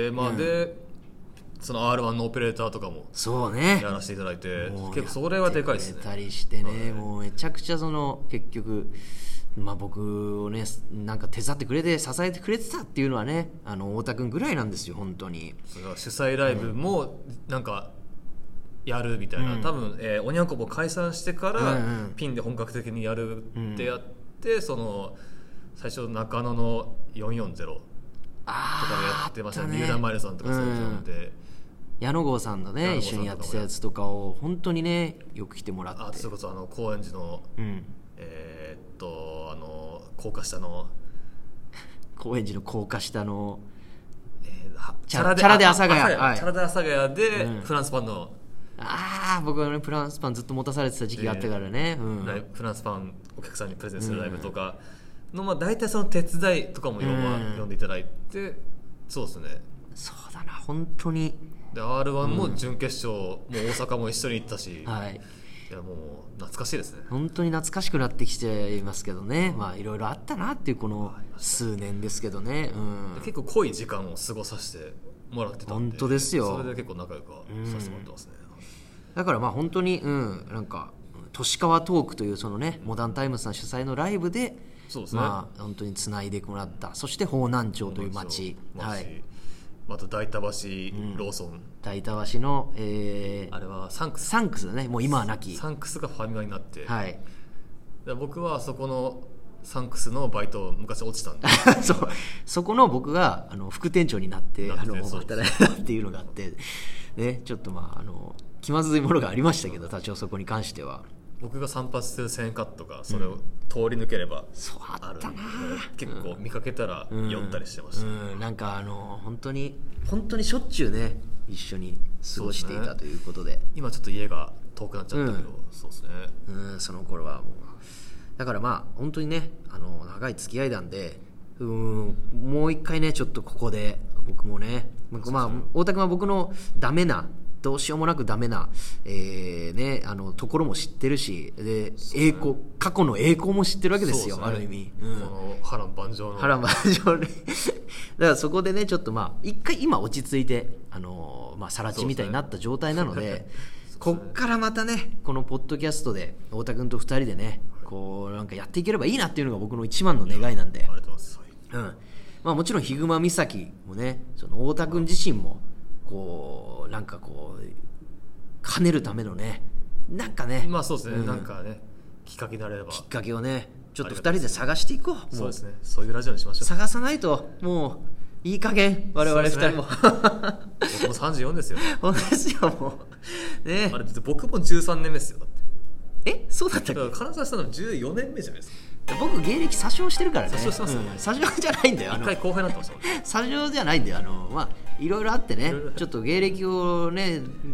S2: まあうん、でその アールワン のオペレーターとかも
S1: そうね
S2: やらせていただいて結構それはでかいですね
S1: やってくれたりしてね、はい、もうめちゃくちゃその結局まあ、僕をねなんか手伝ってくれて支えてくれてたっていうのはねあの太田君ぐらいなんですよ本当に
S2: それは主催ライブもなんかやるみたいな、うん、多分、えー、おにゃんこも解散してから、うんうん、ピンで本格的にやるってやって、うん、その最初中野のよんよんゼロとかでやってましたね三浦マイルさんとかそういうので、うん
S1: 矢野郷さんのね一緒にやってたやつとかを本当にねよく来てもらって
S2: あそれこそあの高円寺の、うんえー、っとあの高架下の
S1: 高円寺の高架下の、
S2: えー、
S1: チャラで阿佐ヶ谷
S2: チャラで阿佐ヶ谷で、うん、フランスパンの
S1: ああ僕はねフランスパンずっと持たされてた時期があったからね、えーうん、
S2: フランスパンお客さんにプレゼンするライブとかの、まあ、大体その手伝いとかも呼んでいただいてそうですね
S1: そうだな本当に
S2: で アールワン も準決勝、うん、もう大阪も一緒に行ったし、
S1: はい、
S2: いやもう懐かしいですね
S1: 本当に懐かしくなってきていますけどね、まあいろいろあったなっていうこの数年ですけどね、うん、
S2: 結構濃い時間を過ごさせてもらってたんで
S1: 本当ですよ
S2: それで結構仲良くさせてもらってますね、
S1: うん、だからまあ本当に、うん、なんか都市川トークというそのねモダンタイムスさん主催のライブで
S2: そうですね、
S1: まあ、本当につないでもらったそして方南町という町はい
S2: また大田橋、うん、ローソン
S1: 大田橋の、えー、
S2: あれはサンクス
S1: サンクスだねもう今はなき
S2: サンクスがファミマになって、
S1: はい、
S2: 僕はそこのサンクスのバイト昔落ちたんで
S1: そうそこの僕があの副店長になってあの働いたっていうのがあって、ね、ちょっとまああの気まずいものがありましたけど多少そこに関しては
S2: 僕が散髪するせんカットがそれを通り抜ければある、うん、
S1: そうあったな
S2: 結構見かけたら寄ったりしてました、
S1: うんうん、なんかあの本当に本当にしょっちゅうね一緒に過ごしていたということ で, で、ね、
S2: 今ちょっと家が遠くなっちゃったけど、うん、そうですね、
S1: うん、その頃はもうだからまあ本当にねあの長い付き合いなんでうんもう一回ねちょっとここで僕もね、まあ、太田君は僕のダメなどうしようもなくダメな、えーね、あのところも知ってるしで栄光、ね、過去の栄光も知ってるわけですよ、ね、ある意味、うん、
S2: この波乱万丈の
S1: 波乱万丈でだからそこでねちょっとまあ一回今落ち着いてあの、まあ、さら地みたいになった状態なので、ね、こっからまたねこのポッドキャストで太田君とふたりでねこうなんかやっていければいいなっていうのが僕の一番の願いなんで、
S2: ありがとうございます、
S1: うんまあ、もちろんヒグマ岬もねその太田君自身もこうなんかこう兼ねるためのねなんかね
S2: まあそうですね、うん、なんかねきっかけになれれば
S1: きっかけをねちょっとふたりで探していこうもう
S2: そうですねそういうラジオにしましょう
S1: 探さないともういい加減我々ふたりも、ね、
S2: 僕もさんじゅうよんですよ
S1: 本当ですよもうね
S2: あれ僕もじゅうさんねんめですよだって
S1: えそうだったっけ
S2: 金沢さんのじゅうよねんめじゃないですか
S1: 僕芸歴詐称してるからね
S2: 詐称してますよね、
S1: うん、詐称じゃないんだよ
S2: 一回後輩になってましたもんね
S1: 詐称じゃないんだよあのまあいろいろあってねちょっと芸歴をね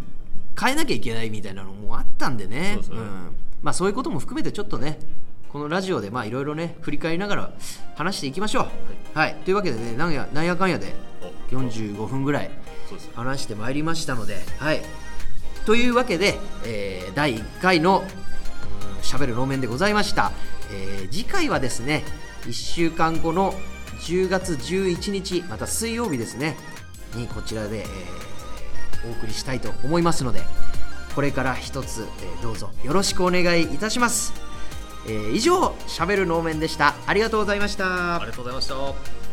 S1: 変えなきゃいけないみたいなのもあったんでね、
S2: そうですね、
S1: うん、まあそういうことも含めてちょっとねこのラジオでまあいろいろね振り返りながら話していきましょう。はい、はい、というわけでねなんやなんやかんやでよんじゅうごふんぐらい話してまいりましたので、はい、というわけで、えー、だいいっかいのしゃべる能面でございました。えー、次回はですねいっしゅうかんごのじゅうがつじゅういちにちまた水曜日ですねにこちらで、えー、お送りしたいと思いますのでこれから一つ、えー、どうぞよろしくお願いいたします。えー、以上しゃべる能面でした。ありがとうございました。
S2: ありがとうございました。